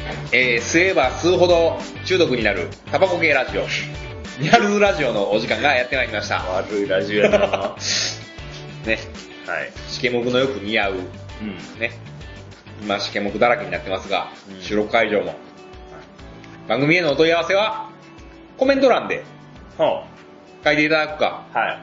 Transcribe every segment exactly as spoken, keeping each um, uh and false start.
えー、吸えば吸うほど中毒になるタバコ系ラジオ、ニャルズラジオのお時間がやってまいりました。 悪いラジオやなね。はい。 シケモクのよく似合う、うん、ね。今シケモクだらけになってますが、うん、収録会場も、はい、番組へのお問い合わせはコメント欄で書いていただくか、はい、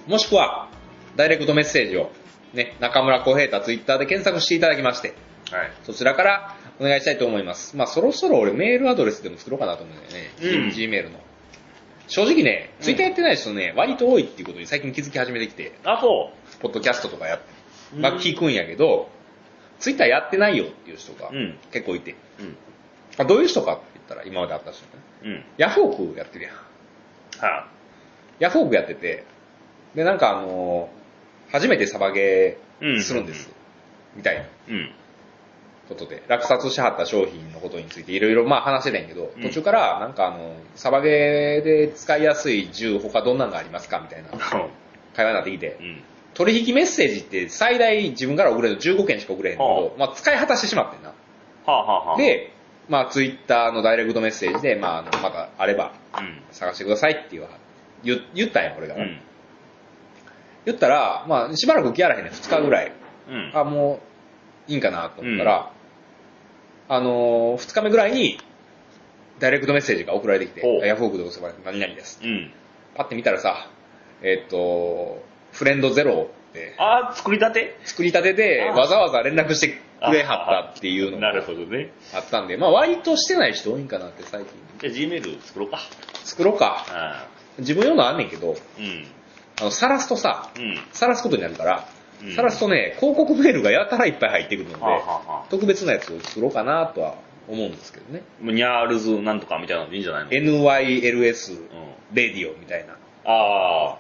もしくはダイレクトメッセージをね、中村小平太ツイッターで検索していただきまして、はい、そちらからお願いしたいと思います。まあそろそろ俺メールアドレスでも作ろうかなと思うんだよね。うん、Gmail の。正直ね、ツイッターやってない人ね、うん、割と多いっていうことに最近気づき始めてきて。 あ、そう。 ポッドキャストとかやって、まあ聞くんやけど、ツイッターやってないよっていう人が結構いて。うん、あ、どういう人かって言ったら今まであった人ね。うん、ヤフオクやってるやん。はあ、ヤフオクやってて、でなんかあのー、初めてサバゲーするんです。うん、みたいな。うんことで、落札しはった商品のことについていろいろまあ話してたんやけど、途中からなんかあの、サバゲーで使いやすい銃他どんなのがありますかみたいな会話になってきて、うん、取引メッセージって最大自分から送れるのじゅうごけんしか送れへんけど、はあ、まあ使い果たしてしまってんな。はあはあ、で、まあツイッターのダイレクトメッセージで、まああの、またあれば探してくださいっていう言言ったんや、俺が、うん。言ったら、まあしばらく来やらへんねん、ふつかぐらい。うん、あ、もういいんかなと思ったら、うんあのー、二日目ぐらいに、ダイレクトメッセージが送られてきて、ヤフオクでお世話何々です。うん。パッて見たらさ、えー、っと、フレンドゼロって。 あー、作りたて作りたてで、わざわざ連絡してくれはったっていうのが。 なるほどね。 あったんで、まあ割としてない人多いんかなって最近。じゃあ Gmail 作ろうか。 作ろうか。自分用のあんねんけど、うん。あの、さらすとさ、うん。さらすことになるから、さらすとね、広告メールがやたらいっぱい入ってくるので、はあはあ、特別なやつを作ろうかなとは思うんですけどね。 ニャールズなんとかみたいなのでいいんじゃないの ?エヌワイエルエス レディオみたいな。 ああ。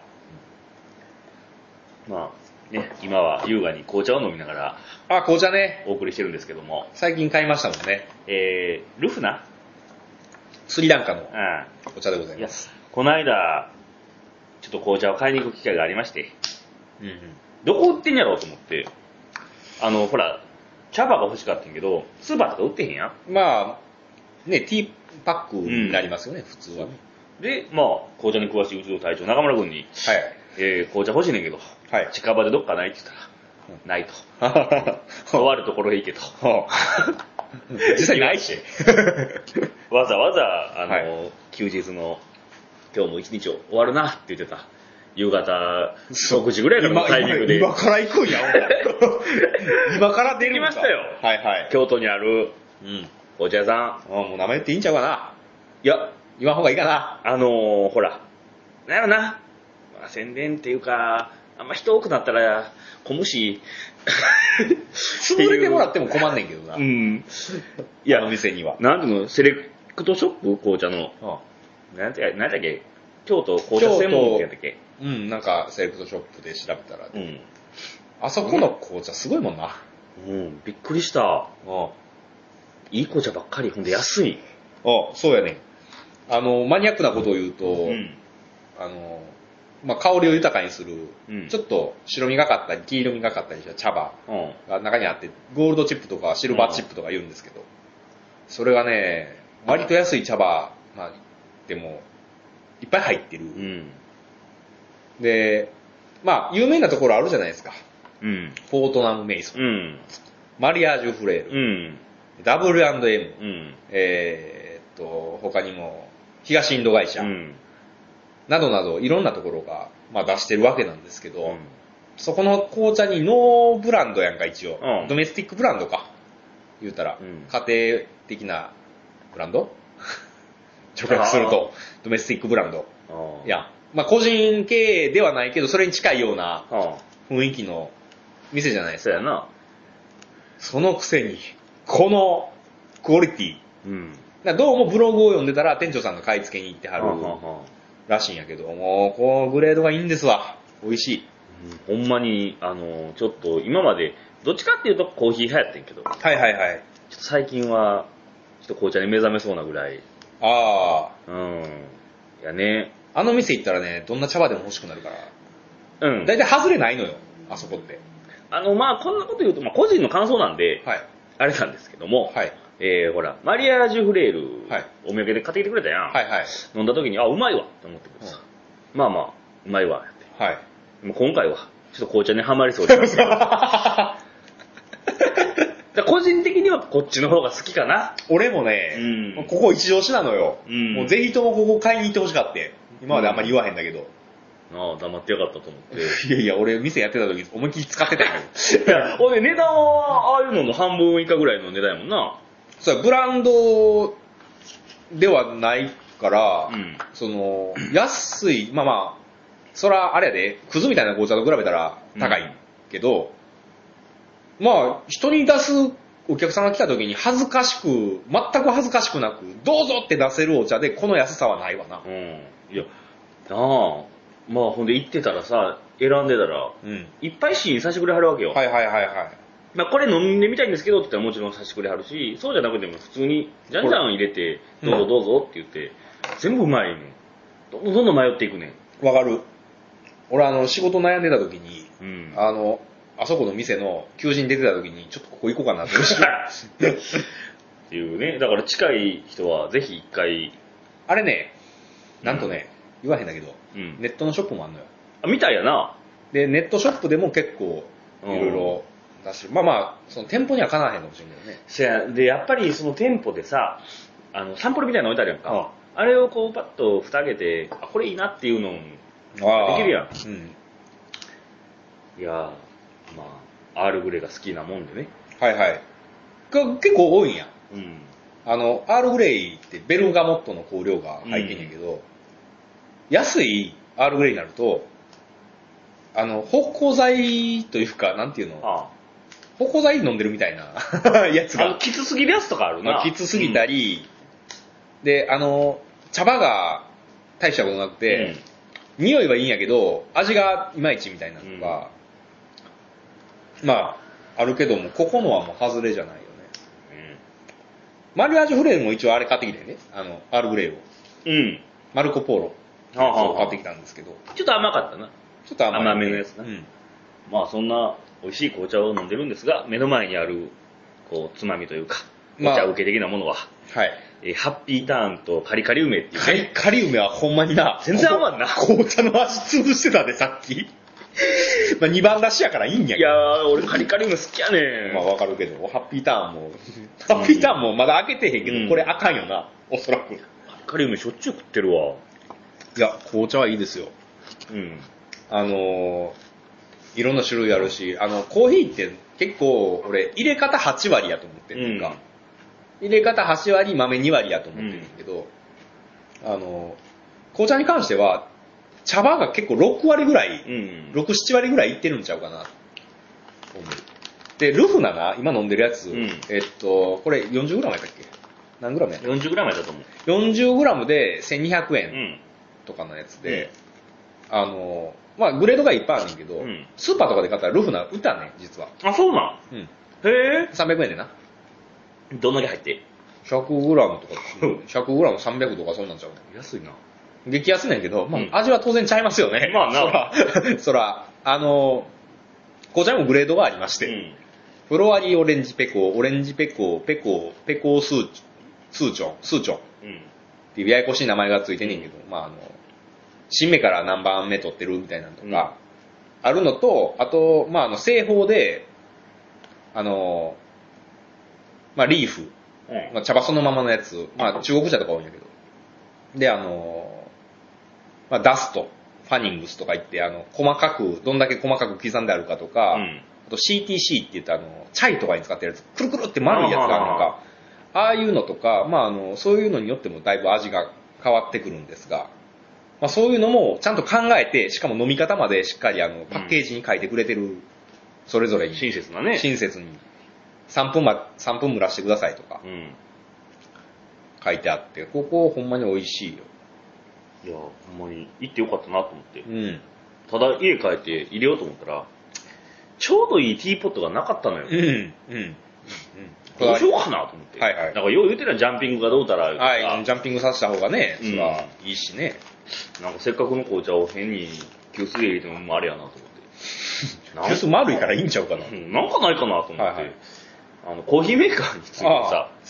まあ、ね、今は優雅に紅茶を飲みながら、 あ、紅茶ね。 お送りしてるんですけども。 最近買いましたもんね。 えー、ルフナスリランカのお茶でございます。 いや、この間、ちょっと紅茶を買いに行く機会がありまして、うんうんどこ売ってんやろうと思って、あの、ほら、茶葉が欲しかったんやけど、スーパーとか売ってへんやん。 まあ、ね、ティーパックになりますよね、うん、普通はね。 で、まあ、紅茶に詳しいうちの隊長、中村君に、はい、えー、紅茶欲しいねんけど、はい、近場でどっかないって言ったら、うん、ないと。とあるところへ行けと。 実際ないし。 わざわざ、あの、はい、休日の、今日も一日終わるなって言ってた。夕方ろくじぐらいからのタイミングで。 今, 今から行くんや。今から出るんか。行きましたよ。 はいはい。 京都にある、うん、お茶屋さん。 もう名前っていいんちゃうかな。いや、言わん方がいいかな。 あのー、ほら、なんやろな。まあ、宣伝っていうか、あんま人多くなったら混むし。 潰れてもらっても困んねんけどな。 うん。いや、 お店には。 なんていうの、セレクトショップ紅茶の。ああなんて、なんだっけ京都紅茶専門店やったっけうん、なんかセレクトショップで調べたら、うん、あそこの紅茶すごいもんな。 うん、びっくりした。あいい紅茶ばっかり、ほんで安い。 あそうやね。あの、マニアックなことを言うと、うん、あの、まあ、香りを豊かにする、うん、ちょっと白みがかったり、黄色みがかったりした茶葉が中にあって、ゴールドチップとかシルバーチップとか言うんですけど、それがね、割と安い茶葉、まあ、でも、いっぱい入ってる。うんで、まあ、有名なところあるじゃないですか。うん。フォートナム・メイソン。うん。マリアージュ・フレール。うん。ダブルアンドエム。うん。えー、っと、他にも、東インド会社。うん。などなど、いろんなところが、まあ出してるわけなんですけど、うん、そこの紅茶にノーブランドやんか、一応。うん。ドメスティックブランドか。言うたら、うん、家庭的なブランド直訳すると、ドメスティックブランド。いや。まあ個人経営ではないけど、それに近いような雰囲気の店じゃないですか。 そうやな。 そのくせに、このクオリティ。うん。どうもブログを読んでたら店長さんが買い付けに行ってはるらしいんやけど、もうこのグレードがいいんですわ。美味しい。 うん、ほんまに、あの、ちょっと今まで、どっちかっていうとコーヒー派やってんけど。 はいはいはい。 ちょっと最近は、ちょっと紅茶に目覚めそうなぐらい。 ああ。うん。いやね。 あの店行ったらね、どんな茶葉でも欲しくなるから。うん。だいたい外れないのよ、あそこって。 あの、まあこんなこと言うと、まあ個人の感想なんで、はい。あれなんですけども、はい。ええー、ほら、マリアージュフレール、はい、お土産で買ってきてくれたやん。はいはい。飲んだ時に、あ、うまいわって思ってくれさ、うん。まあまあ、うまいわって。はい。もう今回は、ちょっと紅茶にはまりそうです。個人的にはこっちの方が好きかな。 俺もね、うん、ここ一押しなのよ、うん。もうぜひともここ買いに行ってほしかった。今まであんまり言わへんだけど。 うん、ああ、黙ってよかったと思って。 いやいや、俺店やってた時思いっきり使ってたよ。いや、俺値段はああいうのの半分以下ぐらいの値段やもんな。 そう、ブランドではないから、うん、その、安い、まあまあ、そらあれやで、クズみたいな紅茶と比べたら高いけど、うん、まあ、人に出すお客さんが来た時に恥ずかしく、全く恥ずかしくなく、どうぞって出せるお茶でこの安さはないわな。うん。 いや、なあ。まあほんで行ってたらさ、選んでたら、うん、いっぱい試飲させてくれはるわけよ。 はいはいはいはい。 まあこれ飲んでみたいんですけどって言ったらもちろんさせてくれはるし、そうじゃなくても普通にじゃんじゃん入れて、どうぞどうぞって言って、うん、全部うまいねん。どんどんどんどん迷っていくねん。わかる。俺あの仕事悩んでた時に、うん、あの、あそこの店の求人出てた時にちょっとここ行こうかなってっていうね。だから近い人はぜひ一回。 あれね、なんとね、うん、言わへんだけど、うん、ネットのショップもあんのよ。 あ、みたいやな。 で、ネットショップでも結構いろいろ出してる。まあまあ、その店舗にはかなわへんかもしれんけどね。 せや、で、やっぱりその店舗でさ、あの、サンプルみたいなの置いてあるやんか。あ, あれをこうパッと蓋開けて、あ、これいいなっていうのできるやん。うん、いやー、まあ、アールグレイが好きなもんでね。 はいはい。結構多いんや。うん。あの、アールグレイってベルガモットの香料が入ってんやけど、うん、安いアールグレイになると、あの、芳香剤というか、なんていうの、ああ芳香剤飲んでるみたいなやつが。あの、 きつすぎるやつとかあるな。 まあ、きつすぎたり、うん、で、あの、茶葉が大したことなくて、うん、匂いはいいんやけど、味がいまいちみたいなのが、うん、まあ、あるけども、ここのはもう外れじゃないよね。うん、マリアージュフレールも一応あれ買ってきてね、あの、アールグレイを。うん。マルコポーロ。はあはあ、買ってきたんですけど。 ちょっと甘かったな。 ちょっと甘い、 ね、甘めのやつな。うん。まあそんな美味しい紅茶を飲んでるんですが、目の前にある、こう、つまみというか、お茶受け的なものは、まあ、はい。えー、ハッピーターンとカリカリ梅っていう、ね。 カリカリ梅はほんまにな。 全然合わんな。 紅茶の味潰してたで、さっき。まあにばん出しやからいいんやけど。 いやー、俺カリカリ梅好きやねん。 まあわかるけど、ハッピーターンも、ハッピーターンもまだ開けてへんけど、うん、これあかんよな、おそらく。カリカリ梅しょっちゅう食ってるわ。 いや、紅茶はいいですよ。うん。あのー、いろんな種類あるし、あの、コーヒーって結構、俺、入れ方はち割やと思ってるんか、うん、入れ方はち割、豆に割やと思ってるんだけど、うん、あのー、紅茶に関しては、茶葉が結構ろく割ぐらい、うん、ろく、なな割ぐらいいってるんちゃうかな。で、ルフナが今飲んでるやつ、うん、えっと、これ よんじゅうグラム やったっけ？何グラムやった？ よんじゅうグラム やったと思う。 よんじゅうグラム でせんにひゃくえんとかのやつで、うん、あの、まあグレードがいっぱいあるんだけど、うん、スーパーとかで買ったらルフナ売ったね、実は。 あ、そうなん？うん。へえ。 さんびゃくえんでな。 どんだけ入って？ ひゃくグラム とか、ひゃくグラムさんびゃくとかそんなんちゃう。 安いな。 激安ねんけど、まあ、うん、味は当然ちゃいますよね。まあな。そら、そら、あの、紅茶にもグレードがありまして、うん、フロアリーオレンジペコ、オレンジペコ、ペコ、ペコスー、スーチョン、スーチョン、うん、っていうややこしい名前がついてんねんけど、うん、まああの、新芽から何番目取ってるみたいなのとか、あるのと、あと、まああの、製法で、あの、まあリーフ、まあ、茶葉そのままのやつ、まあ中国茶とか多いんだけど、で、あの、まあ、ダスト、ファニングスとか言って、あの、細かく、どんだけ細かく刻んであるかとか、うん、あと シーティーシー って言ってあの、チャイとかに使ってるやつ、くるくるって丸いやつがあるのか、ああいうのとか、まああの、そういうのによってもだいぶ味が変わってくるんですが、まあそういうのもちゃんと考えて、しかも飲み方までしっかりあの、パッケージに書いてくれてる、それぞれに。 親切なね。 親切に。さんぷんま、さんぷん蒸らしてくださいとか、うん、書いてあって、ここほんまに美味しいよ。 いや、ほんまに行ってよかったなと思って。うん。ただ家帰って入れようと思ったら、ちょうどいいティーポットがなかったのよ。うん。うん。うん。どうしようかなと思って。はいはい。なんかよう言うてるのジャンピングがどうたら。 はい、ジャンピングさせた方がね、そらいいしね。 なんかせっかくの紅茶を変に急須で入れてもあれやなと思って。 急須丸いからいいんちゃうかな。 うん、なんかないかなと思って。はいはい、あの、コーヒーメーカーについてさ、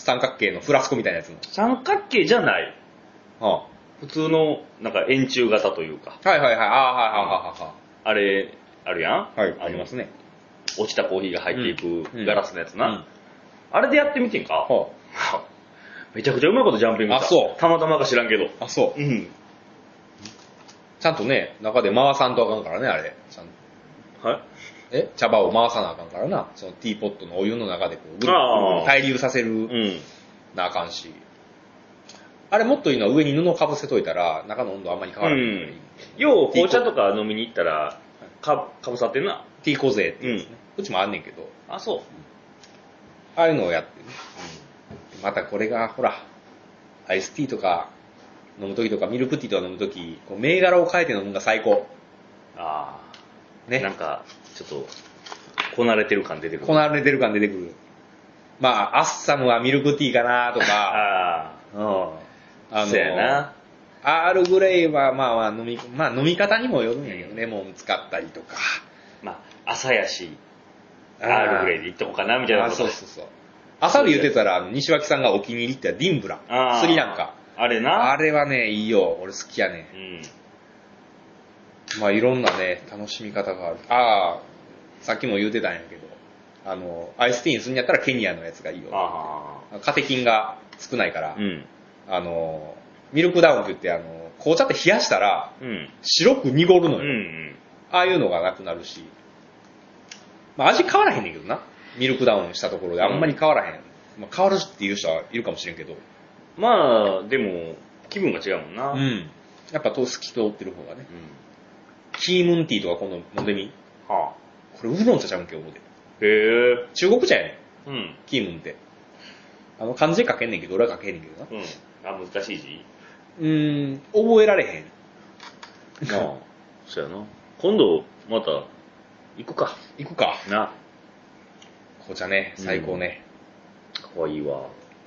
三角形のフラスコみたいなやつの。 三角形じゃない。ああ普通の、なんか円柱型というか。 はいはいはい。ああ、はいはいはいはい。 あれ、あるやんはい、ありますね。 落ちたコーヒーが入っていくガラスのやつな。うんうん、あれでやってみてんか、はあ、めちゃくちゃうまいことジャンピングした。 あ、そう。 たまたまか知らんけど。 あ、そう。うん。ちゃんとね、中で回さんとあかんからね、あれ。ちゃんと。はいえ茶葉を回さなあかんからな。そのティーポットのお湯の中でこうぐるぐる対流させるなあかんし。あれもっといいのは上に布かぶせといたら中の温度あんまり変わらない。うん、 よう紅茶とか飲みに行ったらかかぶさってんな。 ティーコゼってやつね、うん。うちもあんねんけど。 あ、そう。 ああいうのをやってね。うん、またこれがほら、アイスティーとか飲むときとかミルクティーとか飲むとき、銘柄を変えて飲むのが最高。 ああ。ね。なんか、ちょっと、こなれてる感出てくる。 こなれてる感出てくる。まあ、アッサムはミルクティーかなとか。ああ。うん。あの、そうやな。アールグレイは、まあまあ飲み、まあ飲み方にもよるんやけど、レモン使ったりとか。 まあ、朝やし、アールグレイでいっとこうかな、みたいなこと。 あ、そうそうそう。朝で言ってたら、西脇さんがお気に入りってディンブラ。スリランカ。 あれな。 あれはね、いいよ。俺好きやね。うん。まあいろんなね、楽しみ方がある。ああ、さっきも言うてたんやけど、あの、アイスティーにするんやったらケニアのやつがいいよ。ああ。カテキンが少ないから、うん、あの、ミルクダウンって言って、あの、紅茶って冷やしたら、うん、白く濁るのよ、うんうん。ああいうのがなくなるし、まあ味変わらへんねんけどな。ミルクダウンしたところであんまり変わらへん。うん、まあ、変わるっていう人はいるかもしれんけど。 まあ、でも、気分が違うもんな。 うん。やっぱ透き通ってる方がね。うん、キームンティーとか今度飲んでみ。はあ、これウーロン茶ちゃうんけ、思うで。へえ。中国茶やねん。うん。キームンって。あの、漢字で書けんねんけど、俺は書けへんねんけどな。 うん。あ、難しい字うーん、覚えられへん。 ああ、そうやな。今度、また、行くか。 行くか。な。紅茶ね、最高ね。 かわいいわ。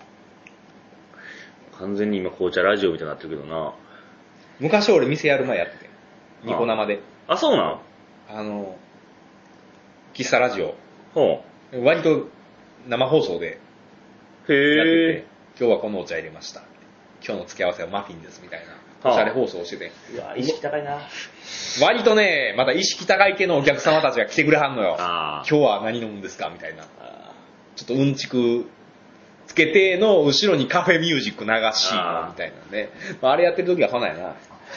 完全に今紅茶ラジオみたいになってるけどな。 昔俺店やる前やってて。ニコ生で。 あ、そうなん？ あの、喫茶ラジオ。ほう。割と生放送でやってて、今日はこのお茶入れました。今日の付け合わせはマフィンですみたいな。おしゃれ放送をしてて。 うわ、意識高いな。 割とね、また意識高い系のお客様たちが来てくれはんのよ。今日は何飲むんですかみたいな。ちょっとうんちくつけての後ろにカフェミュージック流しみたいなんで、まあ、あれやってる時はファナやな。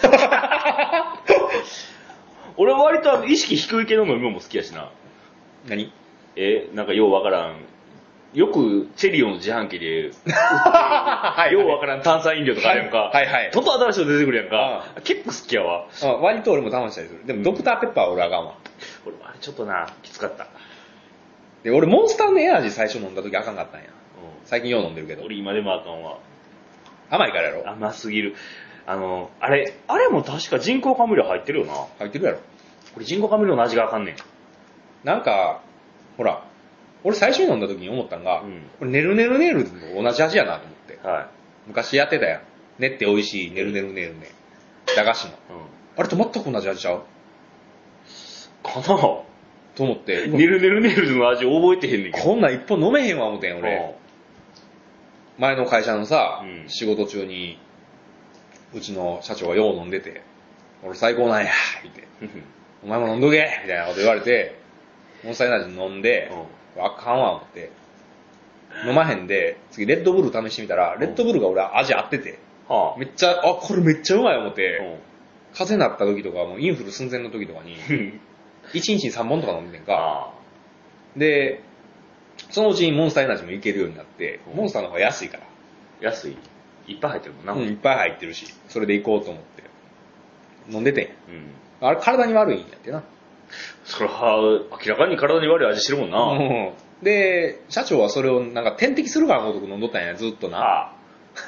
俺は割と意識低い系の飲み物も好きやしな。 何？ え、なんかようわからん。よくチェリオの自販機で、ようわからん炭酸飲料とかあるやんか。はいはい。ちょっと新しいの出てくるやんか。結構好きやわ。 割と俺も試したりする。でもドクターペッパーは俺あかんわ。 俺あれちょっとな、きつかった。 で、俺モンスターのエナジー最初飲んだ時あかんかったんや。最近よう飲んでるけど。 俺今でもあかんわ。 甘いからやろ？ 甘すぎる。あの、あれ、あれも確か人工甘味料入ってるよな。 入ってるやろ。 これ人工甘味料の味があかんねん。 なんか、ほら、俺最初に飲んだ時に思ったんが、うん、これねるねるねると同じ味やなと思って。はい。昔やってたやん。練って美味しいねるねるねるね。駄菓子の。うん、あれと全く同じ味ちゃうかなと思って。 ねるねるねるの味覚えてへんねんけど。 こんなん一本飲めへんわ思ってん俺。前の会社のさ、うん、仕事中に、うちの社長がよう飲んでて、俺最高なんや、言って。お前も飲んどけみたいなこと言われて、モンスターエナジー飲んで、うん、あかんわ、思って。飲まへんで、次レッドブル試してみたら、レッドブルが俺味合ってて、うん、めっちゃ、あ、これめっちゃうまい思って、うん、風邪なった時とか、もうインフル寸前の時とかに、いちにちにさんぼんとか飲んでんか、で、そのうちにモンスターエナジーもいけるようになって、うん、モンスターの方が安いから。 安い？いっぱい入ってるもんな。 うん、いっぱい入ってるし、それで行こうと思って。飲んでてん。うん。あれ体に悪いんやってな。 それは、明らかに体に悪い味してるもんな。うん。 で、社長はそれをなんか点滴するからごとく飲んどったんや、ずっとな。ああ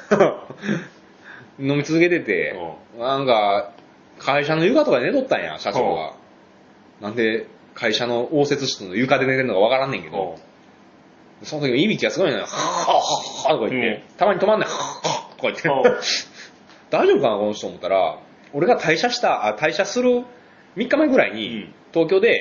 飲み続けてて、うん、なんか、会社の床とかで寝とったんや、社長が。うん、なんで、会社の応接室の床で寝てるのかわからんねんけど、うん、その時いびきがすごいのよ。はぁはぁはぁとか言って、うん、たまに止まんねん。はぁはぁとか言って、大丈夫かなこの人思ったら、俺が退社した、あ、退社するみっかまえぐらいに、東京で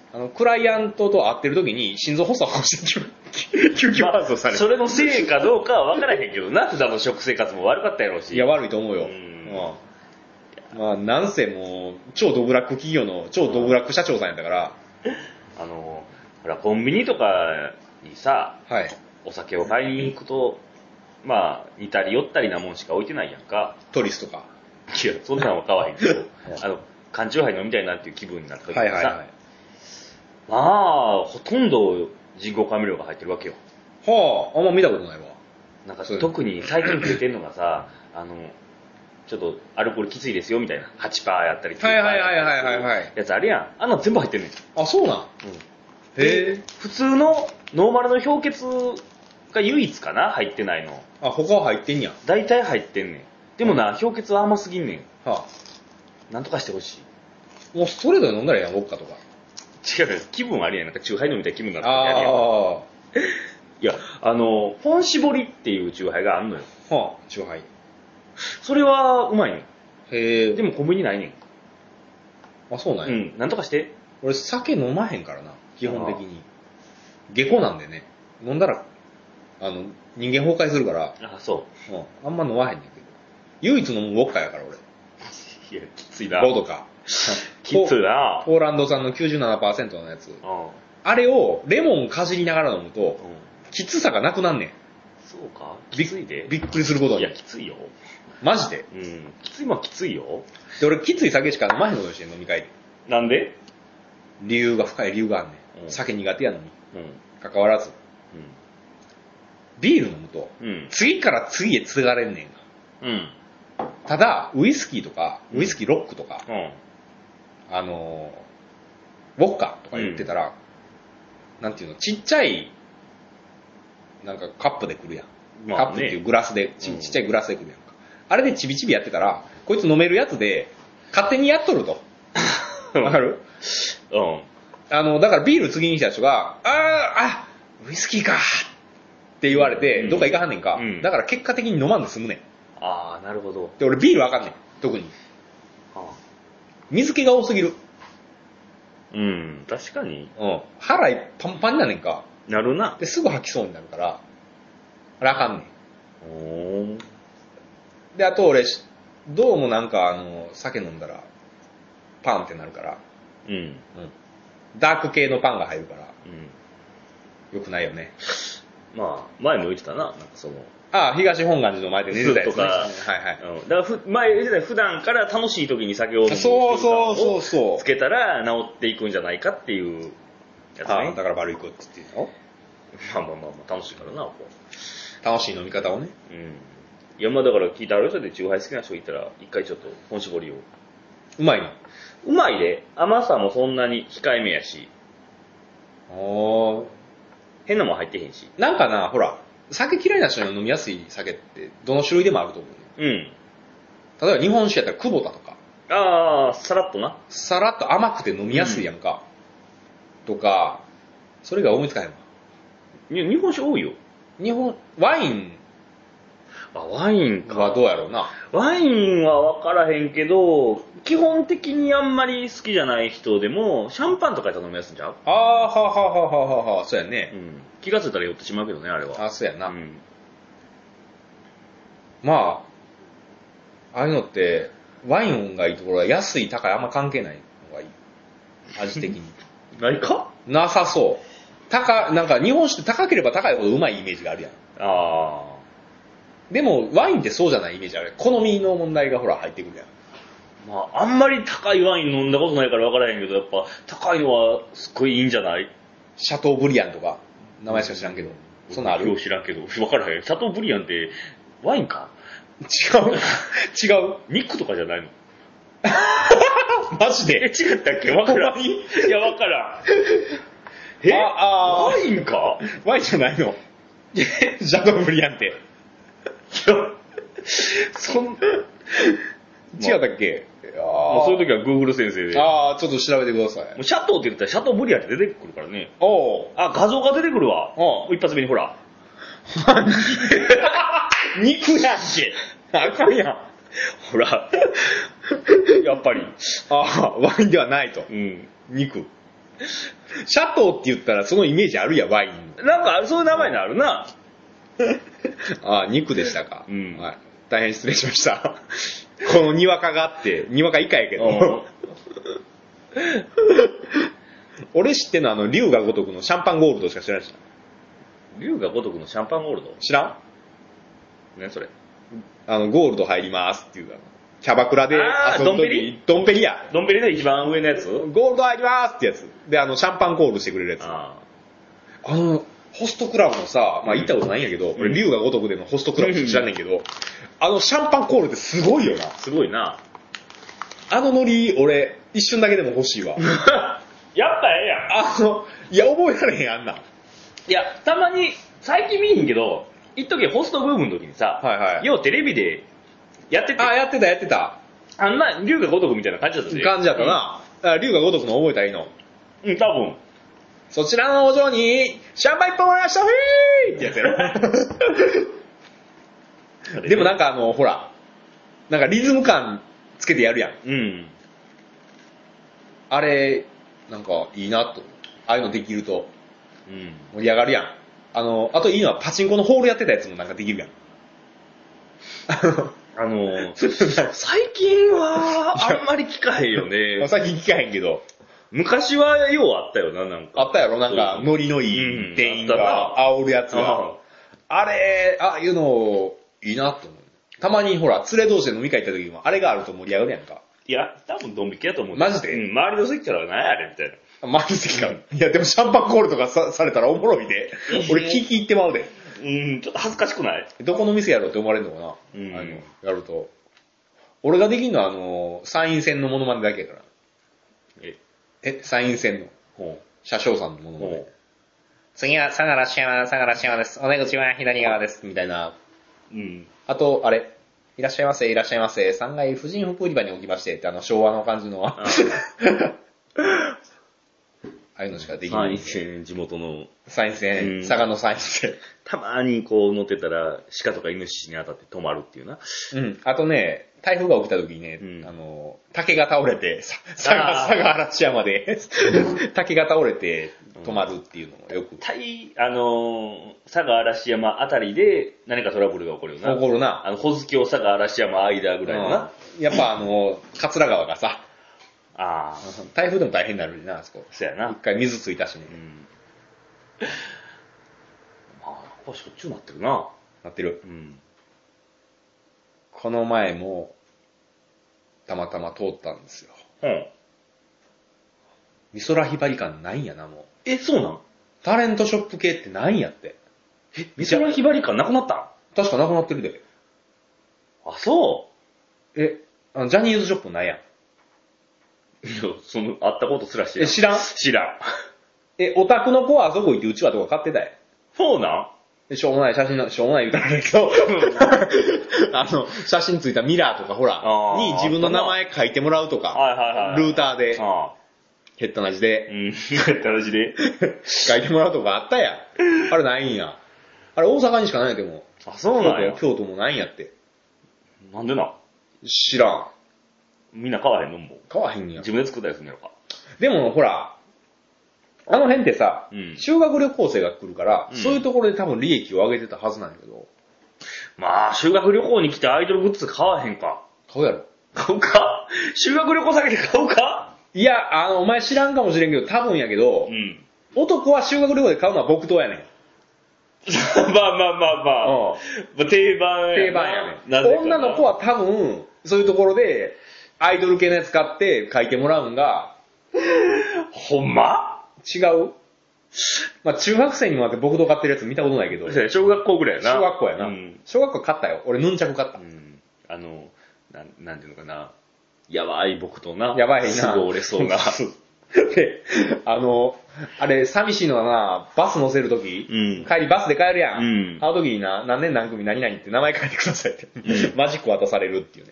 あの、クライアントと会ってる時に心臓発作をして救急搬送される、 まあ。それのせいかどうかは分からへんけどな、普段の食生活も悪かったやろうし。 いや、悪いと思うよ。うん。まあ、なんせもう、超ドブラック企業の超ドブラック社長さんやったから。 あの、ほら、コンビニとかにさ、はい、お酒を買いに行くと、まあ、似たり寄ったりなもんしか置いてないやんか。 トリスとか。 いや、そんなのは買わへんけど、あの、缶チューハイ飲みたいなっていう気分になった時にさ、はいはいはい、まあ、ほとんど人工甘味料が入ってるわけよ。 はあ、あんま見たことないわ。 なんか特に最近増えてんのがさ、あの、ちょっとアルコールきついですよみたいな はちパーセント やったりきゅうパーセントはいはいはいはいはい。 やつあるやん。あんな全部入ってんねん。 あ、そうなん。うん。 へえ。普通のノーマルの氷結が唯一かな入ってないの。 あ、他は入ってんや。 大体入ってんねん。でもな、氷結は甘すぎんねん。はあ。なんとかしてほしい。もうストレートで飲んだらええやん、ウォッカとか。 違う、気分ありやん。なんかチューハイ飲みたい気分になったらやるやん。ああ。いや、あの、本搾りっていうチューハイがあんのよ。 はあ、チューハイ。 それはうまいねん。 へえ。 でもコンビニないねん。 あ、そうなんや。 うん、なんとかして。 俺酒飲まへんからな、基本的に。下戸なんでね。飲んだら、あの、人間崩壊するから。 あ、そう。 うん。あんま飲まへんねんけど。唯一飲むウォッカやから俺。 いや、きついな。 ボドカ。 きついな。 ポーランド産の きゅうじゅうななパーセント のやつ。あれをレモンかじりながら飲むと、きつさがなくなんねん。 そうかきついで。 びっくりすることに。 いや、きついよ。 マジで。 うん。きついもんきついよ。 で、俺きつい酒しか飲まへんことしてん飲み会で。 なんで理由が深い理由があんねん。うん、酒苦手やのに。うん。関わらず。うん。ビール飲むと、うん、次から次へ継がれんねん。うん。ただ、ウイスキーとか、ウイスキーロックとか、うん、あのー、ウォッカとか言ってたら、うん、なんていうの、ちっちゃい、なんかカップで来るやん。まあね、カップっていうグラスでち、ちっちゃいグラスで来るやんか。あれでちびちびやってたら、こいつ飲めるやつで、勝手にやっとると。わかる？うん。あの、だからビール次に来た人が、あー、あ、ウイスキーかって言われて、うん、どっか行かはんねんか、うん。だから結果的に飲まんで済むねん。 あー、なるほど。 で、俺ビールあかんねん。特に。はあ、水気が多すぎる。 うん、確かに。 うん。腹パンパンになんねんか。 なるな。 で、すぐ吐きそうになるから、あれあかんねん。おー。で、あと俺、どうもなんかあの、酒飲んだら、パンってなるから、うん。うん。ダーク系のパンが入るから、うん。よくないよね。 まあ、前も言ってたな、なんかその。 ああ、東本願寺の前で寝てたやつ、ね、 とか、はいはい。うん、だからふ、前言ってた普段から楽しい時に酒を飲むそうそうそうそう。 つけたら治っていくんじゃないかっていうやつね。 ああ、だから悪い子って言ってたの？ まあまあまあまあ、楽しいからな、こう。楽しい飲み方をね。 うん。いや、まあだから聞いたある人でチューハイ好きな人いたら、一回ちょっと本搾りを。 うまいの？ うまいで。甘さもそんなに控えめやし。 おー。 変なもん入ってへんし。 なんかな、ほら、酒嫌いな人に飲みやすい酒って、どの種類でもあると思うね。うん。例えば日本酒やったら久保田とか。 ああ、さらっとな。 さらっと甘くて飲みやすいやんか。うん、とか、それが思いつかへんわ。 日本酒多いよ。 日本、ワイン。 あ、ワインか。 はどうやろうな。 ワインは分からへんけど、基本的にあんまり好きじゃない人でも、シャンパンとかやったら飲みやすいんちゃう？ ああ、はあはあはあはあはあ、そうやね。 うん。気がついたら酔ってしまうけどね、あれは。 ああ、そうやな。うん。まあ、ああいうのって、ワインがいいところは安い、高い、あんま関係ないのがいい。味的に。 ないか？ なさそう。高、なんか日本酒って高ければ高いほどうまいイメージがあるやん。ああ。でも、ワインってそうじゃないイメージある。好みの問題がほら入ってくるやん。 まあ、あんまり高いワイン飲んだことないから分からへんけど、やっぱ、高いのはすっごいいいんじゃない？ シャトーブリアンとか、名前しか知らんけど。そんなある？ よう知らんけど、分からへん。シャトーブリアンって、ワインか？ 違う違う肉とかじゃないの？ マジで？ え、違ったっけ？分からん。いや、分からん。えああワインか？ ワインじゃないの？シャトーブリアンって。いや、そん、違ったっけ？ もうそういう時は Google 先生で。 ああ、ちょっと調べてください。 もうシャトーって言ったらシャトーブリアンって出てくるからね。 おう。 あ、画像が出てくるわ。おう。一発目にほら。肉やんけ。 あかんやん。 ほら。やっぱり。 ああ、ワインではないと。 うん。 肉。 シャトーって言ったらそのイメージあるやん、ワイン。 なんか、そういう名前になるな。 ああ、肉でしたか。 うん。 はい。大変失礼しました。このにわかがあって、にわか以下やけど。俺知ってんのはあの、龍が如くのシャンパンゴールドしか知らないしな。 龍が如くのシャンパンゴールド知らん？ ね、それ。 あの、ゴールド入りますっていうか、キャバクラで遊ぶ時に、 ドンペリや。 ドンペリの一番上のやつ？ ゴールド入りますってやつ。で、あの、シャンパンコールしてくれるやつ。ああの、ホストクラブのさ、まあ行ったことないんやけど、うん、俺、龍が如くでのホストクラブ知らんねんけど、うん、あのシャンパンコールってすごいよな。 すごいな。 あのノリ、俺、一瞬だけでも欲しいわ。 やったらええやん。あの、いや、覚えられへん、あんな。 いや、たまに、最近見えへんけど、一時ホストブームの時にさ、 はいはい、 ようテレビでやってて。 あ、やってたやってた。 あんな、龍が如くみたいな感じだったね。感じだったな。うん、龍が如くの覚えたらいいの。 うん、多分。 そちらのお嬢に、シャンパン一本もらいました、フィーってやつやろ。でもなんかあの、ほら、なんかリズム感つけてやるやん。 うん。 あれ、なんかいいなと。ああいうのできると、 うん、 盛り上がるやん。あの、あといいのはパチンコのホールやってたやつもなんかできるやん。 あの、最近はあんまり聞かへんよね。 最近聞かへんけど。 昔はようあったよな、なんか。 あったやろ、なんか、ノリのいい店員が煽るやつが。あれ、ああいうの、いいなと思う。たまにほら、連れ同士で飲み会行った時も、あれがあると盛り上がるやんか。 いや、多分ドン引きやと思う。 マジで？ うん、周りの席から何やあれみたいな。 周りの席から。いや、でもシャンパンコールとか さ, されたらおもろいで。俺聞き入ってまうで。 うん、ちょっと恥ずかしくない？ どこの店やろうって思われるのかな、うん、あの、やると。俺ができるのは、あの、参院選のモノマネだけやから。ええ、参院選の。ほう。車掌さんのモノマネ。次は相良志山、相良志山です。お出口は左側です。みたいな。うん。あと、あれ。いらっしゃいませ、いらっしゃいませ。さんがい婦人服売り場に置きまして、ってあの、昭和の感じの。ああいうのしかできない。 参院選、地元の。 参院選、佐賀の参院選。 たまにこう乗ってたら、鹿とかイノシシに当たって止まるっていうな。 うん。あとね、台風が起きた時にね、うん、あの、竹が倒れて、佐賀、佐賀嵐山で、竹が倒れて止まるっていうのもよく。 たい、あの、佐賀嵐山あたりで何かトラブルが起こるよな。 起こるな。 あの、保津峡佐賀嵐山間ぐらいのな。 うん、やっぱあの、桂川がさ、 ああ。 台風でも大変になるな、あそこ。 そうやな。 一回水ついたしね。うん。 まあ、ここしょっちゅうなってるな。 なってる。うん。この前も、たまたま通ったんですよ。うん。美空ひばり館ないんやな、もう。 え、そうなん？ タレントショップ系ってないんやって。 え、美空ひばり館なくなったん？ 確かなくなってるで。 あ、そう？ え、あの、ジャニーズショップないやん。 いや、その、会ったことすら知らん。 え、知らん？ 知らん。 え、オタクの子はあそこ行ってうちわとか買ってたやん。 そうなんでしょうもない写真の、しょうもない言うたらあれけど、あの、写真ついたミラーとかほら、に自分の名前書いてもらうとか、 はいはいはい、 ルーターで、ヘッドなしで、 うん、ヘッドなしで、 書いてもらうとかあったやん。あれないんや。あれ大阪にしかないでも。 あ、そうなんや。 京都もないんやって。 なんでな？ 知らん。 みんな買わへんのもう。 買わへんんや。 自分で作ったりするんやろか。 でもほら、あの辺ってさ、うん、修学旅行生が来るから、うん、そういうところで多分利益を上げてたはずなんやけど。 まあ、修学旅行に来てアイドルグッズ買わへんか。 買うやろ。 買うか？修学旅行先で買うか？ いや、あの、お前知らんかもしれんけど、多分やけど、うん、男は修学旅行で買うのは木刀やねん。 まあまあまあまあ。うん、定番や定番やねん。女の子は多分、そういうところで、アイドル系のやつ買って書いてもらうんが、 ほんま？ 違う？まあ中学生にもあって木刀買ってるやつ見たことないけど。 小学校ぐらいやな。 小学校やな。うん、小学校買ったよ。俺ヌンチャク買った。うん、 あの、な、なんていうのかな。やばい木刀な。 やばいな。 すぐ折れそうな。 で、あの、あれ寂しいのはな、バス乗せるとき、うん、帰りバスで帰るやん。うん、あの時にな、何年何組何々って名前書いてくださいって。うん、マジック渡されるっていうね。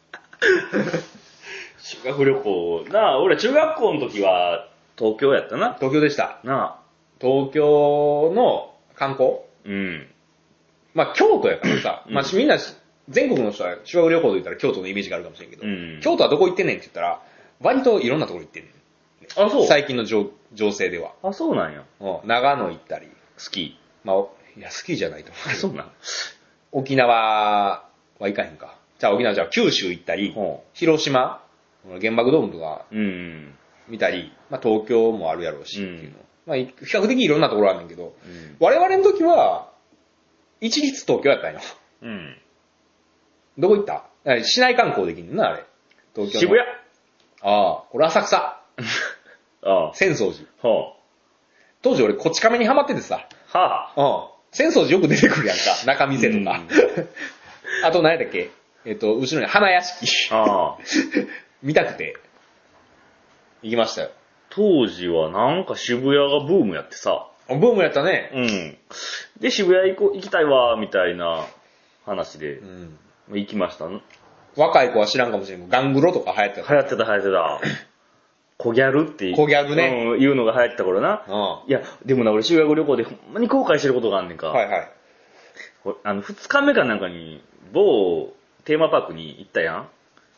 修学旅行、なあ、俺中学校の時は東京やったな。 東京でした。 なあ。 東京の観光？うん。まあ京都やからさ、うん、まあみんな全国の人は修学旅行で言ったら京都のイメージがあるかもしれんけど、うん、京都はどこ行ってんねんって言ったら、割といろんなところ行ってんねん。 あ、そう。 最近の情勢では。 あ、そうなんや。 うん。長野行ったり。 スキー。まあ、いや、スキーじゃないと思う。 あ、そうなん。 沖縄は行かへんか。じゃあ沖縄じゃあ九州行ったり、広島、原爆ドームとか見たり、まあ東京もあるやろうしっていうの。まあ比較的いろんなところあるんだけど、うん、我々の時は、一律東京やったんよ。うん。どこ行った？市内観光できんのな、あれ。東京の。 渋谷。 ああ、これ浅草。ああ。浅草寺。はあ。当時俺こち亀にハマっててさ。はあ。うん。浅草寺よく出てくるやんか。中見世とか。うん、あと何やったっけ？えっと、後ろに花屋敷。ああ。見たくて。行きましたよ。 当時はなんか渋谷がブームやってさ。 ブームやったね。 うん。で、渋谷行こ行きたいわ、みたいな話で、うん、行きました。 若い子は知らんかもしれんけど、ガングロとか流行ってた。 流行ってた、流行ってた。小ギャルっていう。 小ギャルね。 うん、いうのが流行ってた頃な。うん。いや、でもな、俺修学旅行でほんまに後悔してることがあんねんか。はいはい。あの、二日目かなんかに、某テーマパークに行ったやん。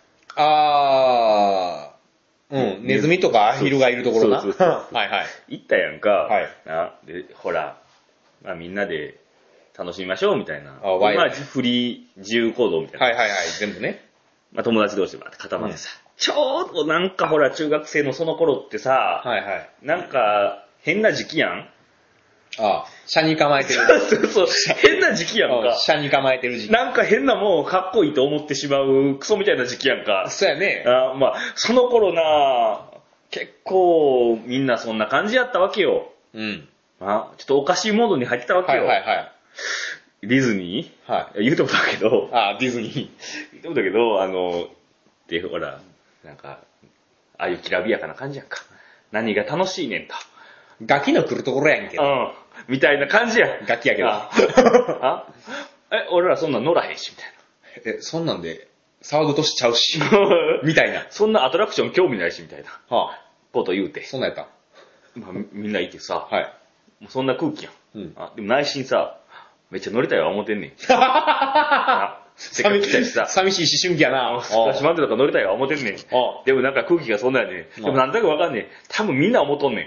あー。うん、ネズミとかアヒルがいるところな。そうそうそうはいはい。 行ったやんか。はい。なで、ほら、まあみんなで楽しみましょうみたいな。あ、ワイまあフリー自由行動みたいな。 はいはいはい、全部ね。 まあ友達同士でバーって固まってさ、うん、ちょうどなんかほら中学生のその頃ってさ、はいはい。なんか変な時期やん。 ああ、車に構えてる。 そうそうそう。変な時期やんか。 車に構えてる時期。 なんか変なもんかっこいいと思ってしまうクソみたいな時期やんか。 そうやね。 あまあ、その頃な、結構みんなそんな感じやったわけよ。うん。あちょっとおかしいモードに入ってたわけよ。はいはいはい。ディズニーはい。言うてもだけど。 ああ、ディズニー。 言うてもだけど、あの、で、ほら、なんか、ああいうきらびやかな感じやんか。何が楽しいねんと。 ガキの来るところやんけど。うん。 みたいな感じや。 ガキやけど。 ああえ、俺らそんなん乗らへんし、みたいな。え、そんなんで、騒ぐ年ちゃうし。みたいな。 そんなアトラクション興味ないし、みたいな。はあ。こと言うて。 そんなんやった。 まあ、みんないてさ。はい。もうそんな空気やん。うん。あ、でも内心さ、めっちゃ乗りたいわ思ってんねん。せっかく来たしさ。 寂しい思春期やな。 スプラッシュマウンテンとか乗りたいわ思ってんねん。でもなんか空気がそんなんやねん。でもなんとなくわかんねん。多分みんな思っとんねん。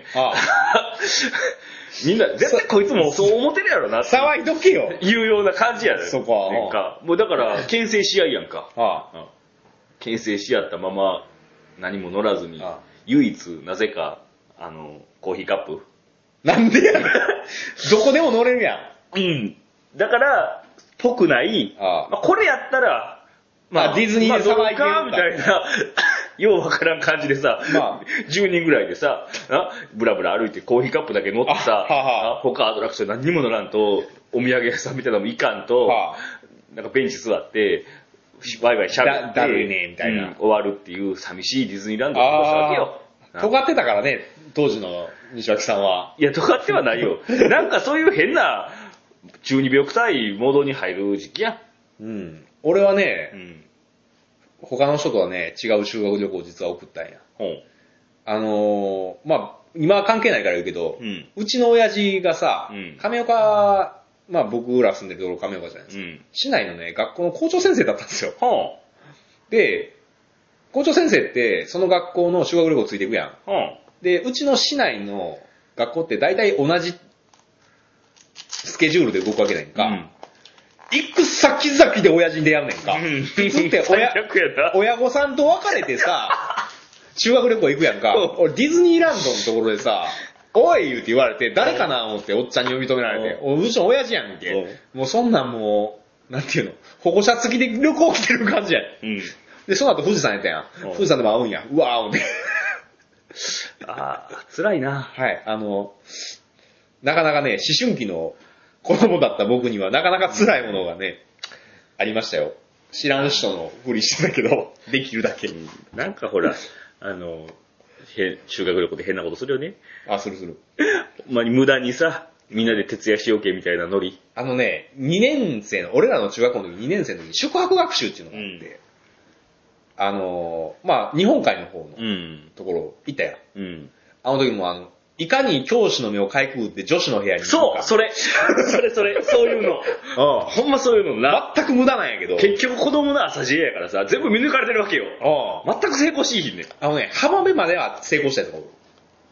みんな、絶対こいつもそう思ってるやろな。 騒いどけよ。 いうような感じやねん。 そこは。 なんか、もうだから、牽制し合いやんか。牽制し合ったまま、何も乗らずに、唯一、なぜか、あの、コーヒーカップ。 なんでやねん。どこでも乗れるやん。うん。だから、ぽくない、ああまあ、これやったら、 まあ、ディズニーで騒いでるかみたいな、ようわからん感じでさ、まあ、じゅうにんぐらいでさ、ブラブラ歩いてコーヒーカップだけ乗ってさ、はは他アトラクション何にも乗らんと、お土産屋さんみたいなのもいかんと、はなんかベンチ座って、ワイワイしゃべって、 だるいねみたいな、うん、 終わるっていう寂しいディズニーランドを過ごしたわけよ。 尖ってたからね、当時の西脇さんは。 いや、尖ってはないよ。なんかそういう変な、中二病臭いモードに入る時期や。 うん。俺はね、うん、他の人とはね、違う修学旅行を実は送ったんや。うん、あのー、まあ、今は関係ないから言うけど、うん、うちの親父がさ、うん、亀岡、まあ僕ら住んでるところ亀岡じゃないですか。うん、市内のね、学校の校長先生だったんですよ。はあ、で、校長先生って、その学校の修学旅行ついていくやん。はあ、で、うちの市内の学校って大体同じスケジュールで動くわけないんか。うん、行く先々で親父に出会うねんか。うん、普通って親、親御さんと別れてさ、修学旅行行くやんか。俺ディズニーランドのところでさ、おい言うて言われて、誰かな思っておっちゃんに呼び止められて、おうちの親父やんけ。もうそんなんもう、なんていうの、保護者付きで旅行来てる感じやん。うん、で、その後富士山やったやん。富士山でも会うんや。うわー思って。 ああ、辛いな。 はい、あの、なかなかね、思春期の子供だった僕にはなかなか辛いものがね、ありましたよ。知らん人のふりしてたけど、できるだけ。うん、 なんかほら、あの、へ修学旅行で変なことするよね。 あ、するする。 まあ、無駄にさ、みんなで徹夜しようけみたいなノリ。 あのね、にねん生の、俺らの中学校の時にねん生の時に宿泊学習っていうのがあって、うん、あの、まあ、日本海の方のところ行ったやん。うん、あの時もあの、いかに教師の目をかいくぐって女子の部屋に行くか。 そうそれそれそれそういうの。ああほんまそういうのな。 全く無駄なんやけど。 結局子供の朝知恵やからさ、全部見抜かれてるわけよ。ああ全く成功しいひんねん。 あのね、浜辺までは成功したやつがおる。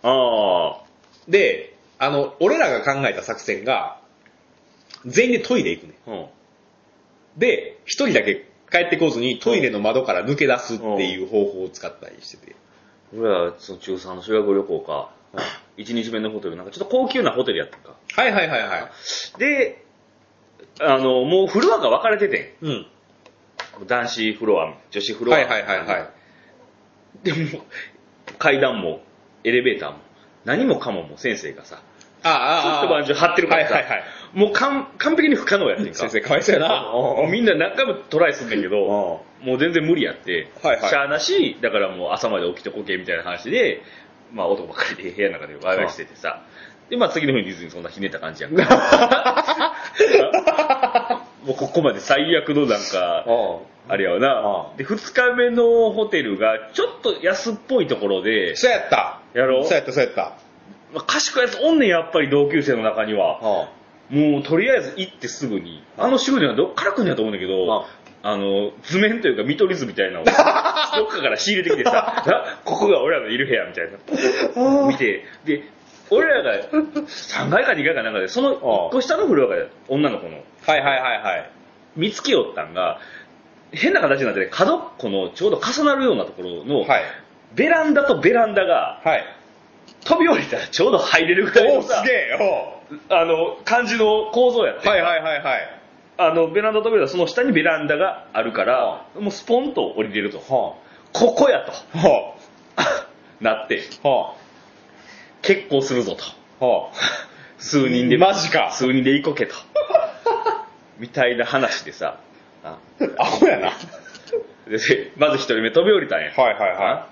ああ。 で、あの、俺らが考えた作戦が、全員でトイレ行くね。うん、で、一人だけ帰ってこずにトイレの窓から抜け出すっていう方法を使ったりしてて。 俺はその中さんの修学旅行か、いちにちめのホテル、なんかちょっと高級なホテルやったか。 はいはいはいはい。 で、あの、もうフロアが分かれてて、 うん、 男子フロア、女子フロア。 はいはいはいはい。 でも、階段もエレベーターも何もかもも先生がさ、 ああ、 ああ、ずっと番中張ってるからさ、 はいはいはい、 もう完璧に不可能やってんか。 先生かわいそうやな。 みんな何回もトライすんねんけど、もう全然無理やって、 はいはい、 しゃあなし、だからもう朝まで起きてこけみたいな話で、まあ男ばっかりで部屋の中でワイワイしててさ、で、まあ次の日にディズニーそんなひねった感じやんか。もうここまで最悪のなんか、あれやわな。で、二日目のホテルがちょっと安っぽいところで、 そうやった。 やろうそうやったそうやった。 まあ、賢いやつおんねん、やっぱり同級生の中には。はあ、もうとりあえず行ってすぐに、あの修理はどっから来るんやと思うんだけど、はあ、あの、図面というか見取り図みたいなのを、どっかから仕入れてきてさ、ここが俺らのいる部屋みたいな。見て、で、俺らがさんがいかにかいかなんかで、そのいっこ下のフロアが女の子の。 はいはいはいはい。 見つけよったんが、変な形になってね、角っこのちょうど重なるようなところの、はい、ベランダとベランダが、はい、飛び降りたらちょうど入れるぐらいのさ、 おすげえ、 あの、感じの構造やって。 はいはいはいはい。 あの、ベランダ飛び降りたらその下にベランダがあるから、はあ、もうスポンと降りれると。はあ、ここやと。はあ、なって、はあ、結構するぞと。はあ、数人で、 マジか。 数人で行こけと。みたいな話でさ。 あアホやな。 で、まず一人目飛び降りたんや。 はいはいはい。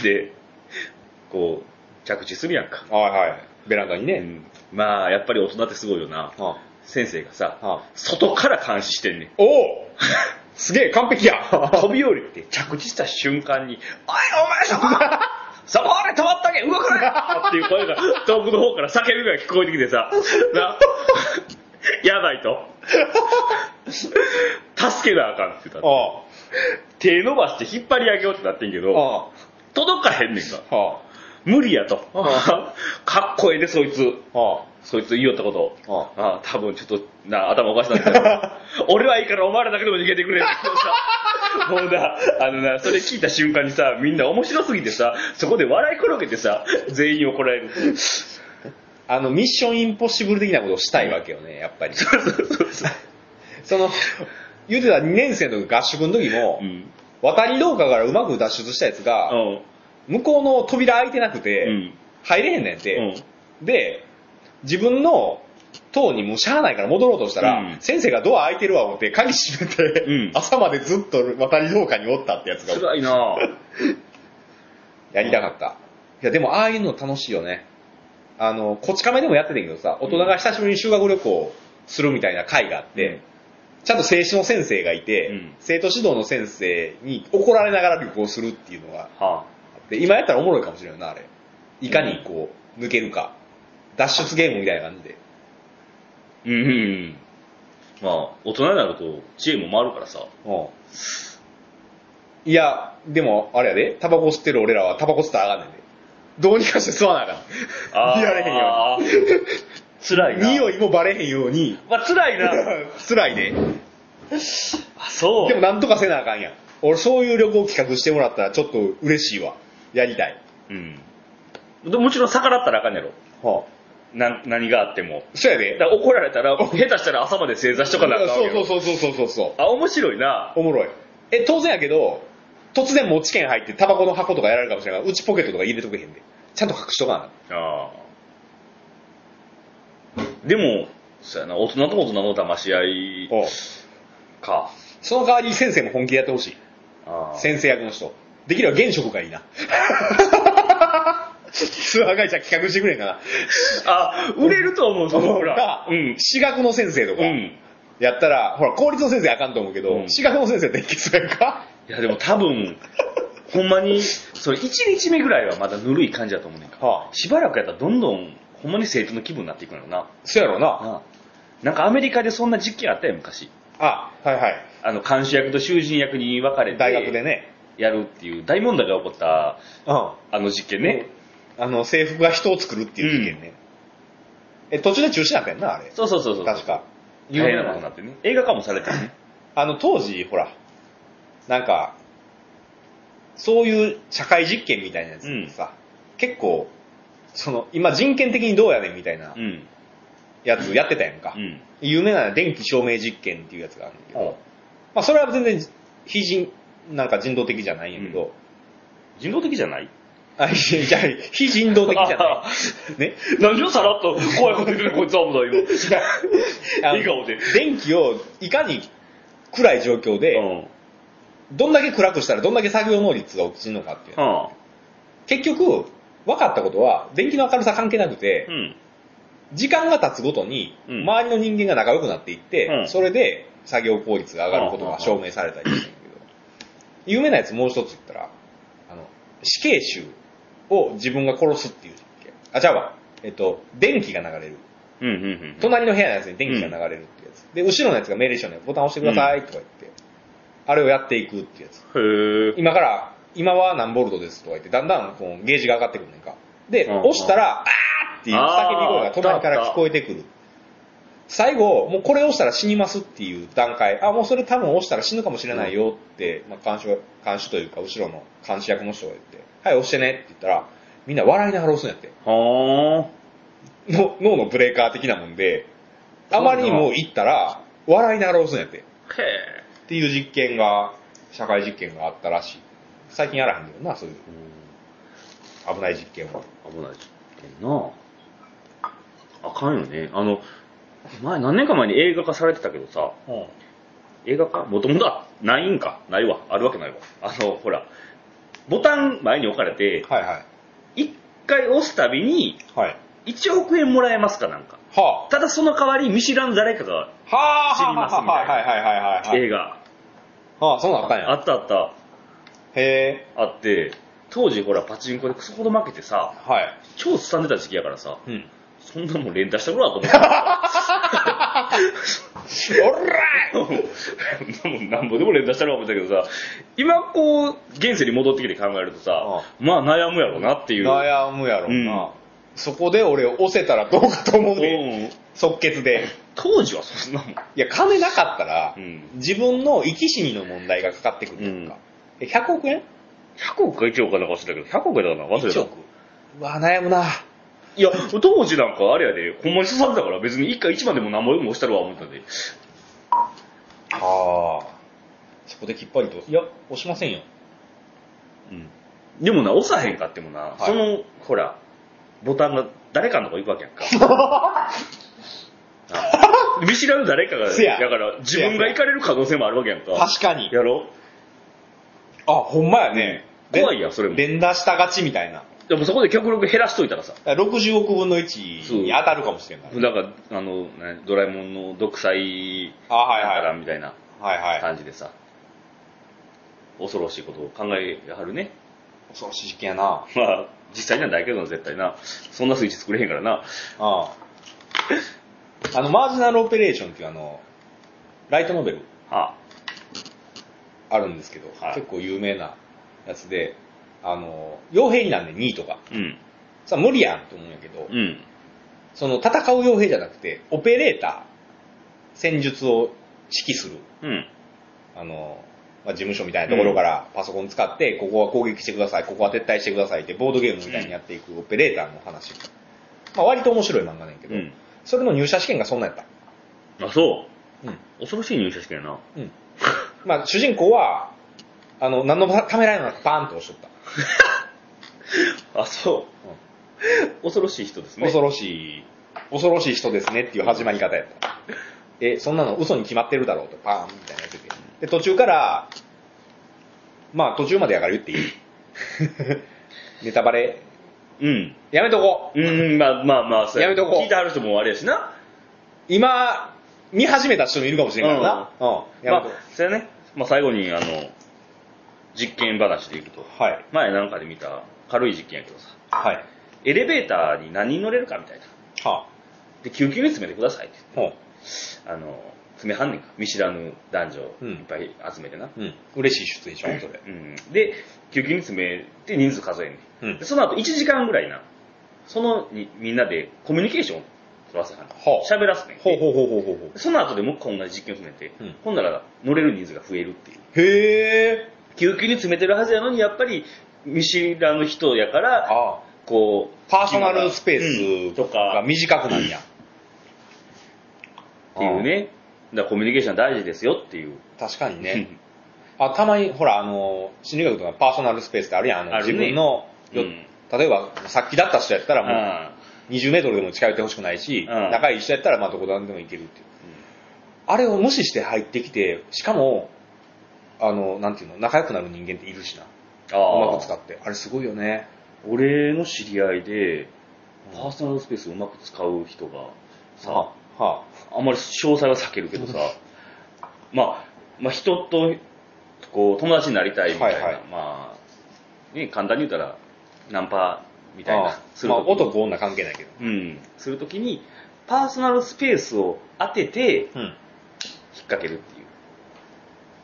で、こう、着地するやんか。 はいはい。ベランダにね。うん、 まあ、やっぱり大人ってすごいよな。はあ、先生がさ、はあ、外から監視してんねん。 おおすげえ、完璧や。 飛び降りて着地した瞬間に、おい、お前そこそこで止まったけ動くなっていう声が遠くの方から叫びが聞こえてきてさ、なやばいと。助けなあかんって言ったら。手伸ばして引っ張り上げようってなってんけど、届かへんねんか。無理やと。かっこええで、そいつ。そいつ言いよったこと。ああ多分ちょっとな頭おかしなってた。俺はいいからお前らだけでも逃げてくれ。もうな、あのな、それ聞いた瞬間にさ、みんな面白すぎてさ、そこで笑い転げてさ、全員怒られる。 あの、ミッションインポッシブル的なことをしたいわけよね、やっぱり。そうそうそうそう。その、言うてたにねん生の合宿の時も、うん、渡り廊下からうまく脱出したやつが、うん、向こうの扉開いてなくて、うん、入れへんねんて、うん。で、自分の棟にもうしゃあないから戻ろうとしたら、うん、先生がドア開いてるわ思って鍵閉めて、うん、朝までずっと渡り廊下におったってやつが。 辛いなやりたかった。いや、でもああいうの楽しいよね。あの、こち亀でもやってたけどさ、大人が久しぶりに修学旅行するみたいな会があって、うん、ちゃんと静止の先生がいて、うん、生徒指導の先生に怒られながら旅行するっていうのがあって、今やったらおもろいかもしれないな、あれ。いかにこう、抜けるか。脱出ゲームみたいな感じで。 うん、うん。まあ、大人になると知恵も回るからさ。うん。 いや、でも、あれやで、タバコ吸ってる俺らはタバコ吸ったらあかんねんで。どうにかして吸わなあかん。あやれへんように。 辛いな。 匂いもバレへんように。 まあ、辛いな。 辛いで。 あ、そう。 でもなんとかせなあかんやん。俺そういう旅行企画してもらったらちょっと嬉しいわ。やりたい。 うん。もちろん逆らったらあかんやろ。はあ。な何があっても。 そうやで。 だから怒られたら、下手したら朝まで正座しとかなあかんわけよ。 そうそうそうそうそう。 あ、面白いな。 おもろい。え、当然やけど、突然持ち券入ってタバコの箱とかやられるかもしれないから、内ポケットとか入れとけへんで。ちゃんと隠しとかな。ああ。でも、そうやな、大人と大人の騙し合いか。 その代わり先生も本気でやってほしい。あ先生役の人。できれば現職がいいな。ツアー会社企画してくれんかな。 あ、売れると思う、そのほら。 うん。私学の先生とか。うん。やったら、ほら、公立の先生あかんと思うけど、うん、私学の先生っていけそうやんか。 いや、でも多分、ほんまに、それいちにちめぐらいはまだぬるい感じだと思うねんか。はあ、しばらくやったらどんどん、ほんまに生徒の気分になっていくのよな。 そうやろうな。なあ、 なんかアメリカでそんな実験あったよ、昔。 あ、はいはい。 あの、監視役と囚人役に分かれて。 大学でね。 やるっていう大問題が起こった、うん、あの実験ね。 あの、制服が人を作るっていう事件ね。うん、え、途中で中止になったよな、あれ。 そうそうそうそう。 確か。 有名なことになってね。映画化もされてるね。 あの、当時、ほら、なんか、そういう社会実験みたいなやつってさ、うん、結構、その、今人権的にどうやねんみたいなやつやってたやんか。うん、有名な電気照明実験っていうやつがあるんだけど、うん、まあそれは全然非人、なんか人道的じゃないんやけど、うん、 人道的じゃないあ、じゃあ、非人道的じゃない。ね。 何をさらっと怖いこと言ってるこいつはもだ今。笑顔で。 電気をいかに暗い状況で、うん、どんだけ暗くしたらどんだけ作業能率が落ちるのかっていう、うん。結局、分かったことは、電気の明るさ関係なくて、うん、時間が経つごとに、周りの人間が仲良くなっていって、うん、それで作業効率が上がることが証明されたりしてるけど、有名なやつもう一つ言ったら、あの、死刑囚を自分が殺すっていう実験。あ、じゃあわ、えっと、電気が流れる。うんうんうん、隣の部屋のやつに電気が流れるっていうやつ。うん、で、後ろのやつが命令書にボタン押してくださいとか言って、うん、あれをやっていくっていうやつ。へ今から、今は何ボルトですとか言って、だんだんこうゲージが上がってくるねんか。で、うん、押したら、あーっていう叫び声が隣から聞こえてくる。最後、もうこれ押したら死にますっていう段階、あ、もうそれ多分押したら死ぬかもしれないよって、うん、まあ、監視、監視というか、後ろの監視役の人が言って、はい、押してねって言ったら、みんな笑いながら押すんやって。はー。の脳のブレーカー的なもんで、あまりにも行ったら、笑いながら押すんやって。へー。っていう実験が、社会実験があったらしい。最近やらへんけどな、そういう。危ない実験は。 危ない実験なあかんよね。あの、前、何年か前に映画化されてたけどさ、うん、映画化もともとはないんかないわ。あるわけないわ。あの、ほら、ボタン前に置かれて、はいはい。いっかい押すたびに、はい。いちおくえんもらえますかなんか。はあ、ただその代わり見知らん誰かが死にますみたいな映画。 はあ、そうなったんや。 あったあった。 へー。あって、当時ほらパチンコでクソほど負けてさ、はい。超すさんでた時期やからさ、うん。そんなもん連打してくるわと思って。おらーなんぼでも連打したら思ったけどさ、今こう、現世に戻ってきて考えるとさ、ああまあ悩むやろなっていう。 悩むやろな。うん、そこで俺押せたらどうかと思うで、即決で。 当時はそんなもん。いや、金なかったら、うん、自分の生き死にの問題がかかってくるとか。うん、ひゃくおくえん ? ひゃく 億かいちおくかなんかしてたけど、ひゃくおくだったかな忘れた。いちおく。 うわ、悩むな。 いや、当時なんかあれやで、ほんまに刺さってたから別にいっかいいちまんでも何もでも押したるわ思ったんで。 ああ。そこできっぱりと。いや、押しませんよ。 うん。でもな、押さへんかってもな、はい、その、ほら、ボタンが誰かのとこ行くわけやんか。見知らぬ誰かが、だから自分が行かれる可能性もあるわけやんか。 確かに。 やろあ、ほんまやね。 怖いやん、それも。 連打したがちみたいな。 でもそこで極力減らしといたらさ。 ろくじゅうおくぶんのいちに当たるかもしれない。 だから、あの、ね、ドラえもんの独裁なんたらみたいな感じでさ、恐ろしいことを考えはるね。 恐ろしい実験やな。 まあ、実際にはないけど絶対な。そんなスイッチ作れへんからな。ああ。 あの、マージナルオペレーションっていうあの、ライトノベル。はあ。あるんですけど、はあ、結構有名なやつで、あの、傭兵になんでニートが。うん。さあ無理やんと思うんやけど、うん。その戦う傭兵じゃなくて、オペレーター、戦術を指揮する。うん。あの、まあ、事務所みたいなところからパソコン使って、ここは攻撃してください、ここは撤退してくださいってボードゲームみたいにやっていくオペレーターの話。まあ割と面白い漫画なんやけど、うん、それの入社試験がそんなんやった。 あ、そう。うん。恐ろしい入社試験やな。うん。 まあ主人公は、あの、何のためらいもなくパーンと押しとった。 あ、そう、うん。恐ろしい人ですね。 恐ろしい、恐ろしい人ですねっていう始まり方やった。え、そんなの嘘に決まってるだろうと、パーンみたいなやつで。で、途中から、まあ途中までやから言っていいネタバレ。うん。やめとこう。うん、まあまあまあ、そやめとこう。 聞いてはる人もあれやしな。 今、見始めた人もいるかもしれんからな。うん。うん、 やめとこう。まあ、それね、まあ最後に、あの、実験話でいくと、はい、前なんかで見た軽い実験やけどさ、はい、エレベーターに何人乗れるかみたいな、はあ、で救急に詰めてくださいって言って、はあ、あの詰めはんねんか。見知らぬ男女いっぱい集めてな。 うん。嬉しい出演者それ。 うん。で、救急に詰めて人数数えんねん。うん、でその後いちじかんぐらいな、そのにみんなでコミュニケーション取らせはんねん。喋らすねん。 ほうほうほうほうほう。 その後でもう一回同じ実験を詰めて、うん、ほんなら乗れる人数が増えるっていう。 へー。 救急に詰めてるはずやのに、やっぱり見知らぬ人やから、ああこう、 パーソナルスペースとかが短くなるんや。 っていうね。だからコミュニケーション大事ですよっていう。 確かにね。あ、たまに、ほら、あの、心理学とかパーソナルスペースってあるやん。あの、あるね、自分の、うん、例えば、さっきだった人やったらもう、にじゅうメートルでも近寄ってほしくないし、うん、仲いい人やったら、まあ、どこでも行けるっていう。うん、あれを無視して入ってきて、しかも、あの、なんていうの、仲良くなる人間っているしな。あうまく使って。あれすごいよね。 俺の知り合いで、パーソナルスペースをうまく使う人がさ、はあはあ、あんまり詳細は避けるけどさ、まあ、まあ人とこう友達になりたいみたいな、はいはい、まあ、ね、簡単に言ったらナンパみたいな。 ああするまあ男女関係ないけど。 うん。するときに、パーソナルスペースを当てて、引っ掛けるっていう。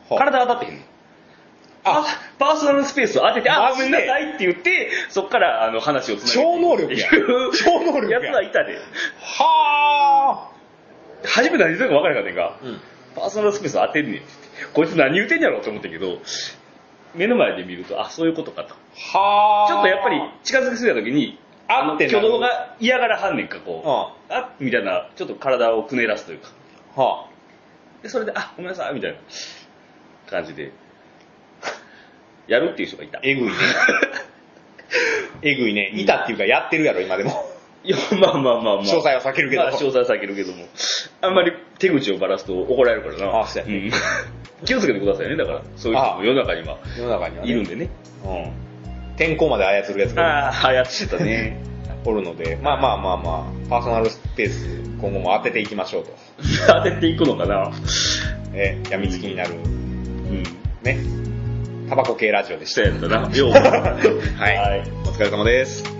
はあ、体当たってへんの。あ、パーソナルスペースを当てて、あ、ごめんなさいって言って、そっからあの話をつなげて。 超能力や。超能力や。 やつはいたで。 はぁー。初めて何言ってるか分からなかったんが、うん、パーソナルスペースを当てんねんって。こいつ何言ってんやろって思ったけど、目の前で見ると、あ、そういうことかと。はぁー。ちょっとやっぱり近づきすぎた時に、あの挙動が嫌がらはんねんか、こう。ああみたいな、ちょっと体をくねらすというか。はぁ。で、それで、あ、ごめんなさい、みたいな感じで。やるっていう人がいた。 えぐいね。えぐいね。いたっていうかやってるやろ、今でも。 いや、まあまあまあまあ。 詳細は避けるけど。まあ、 詳細は避けるけども。あんまり手口をばらすと怒られるからな。あ、そうやね、うん。気をつけてくださいね。だから、そういう人も世の中には。世の中には、ね。いるんでね。 うん。天候まで操るやつが。ああ、操ってたね。 おるので、まあまあまあまあ、パーソナルスペース、今後も当てていきましょうと。 当てていくのかな。 え、やみつきになる。うん。ね。タバコ系ラジオでした。 そうやったな。よう。はい。 お疲れ様です。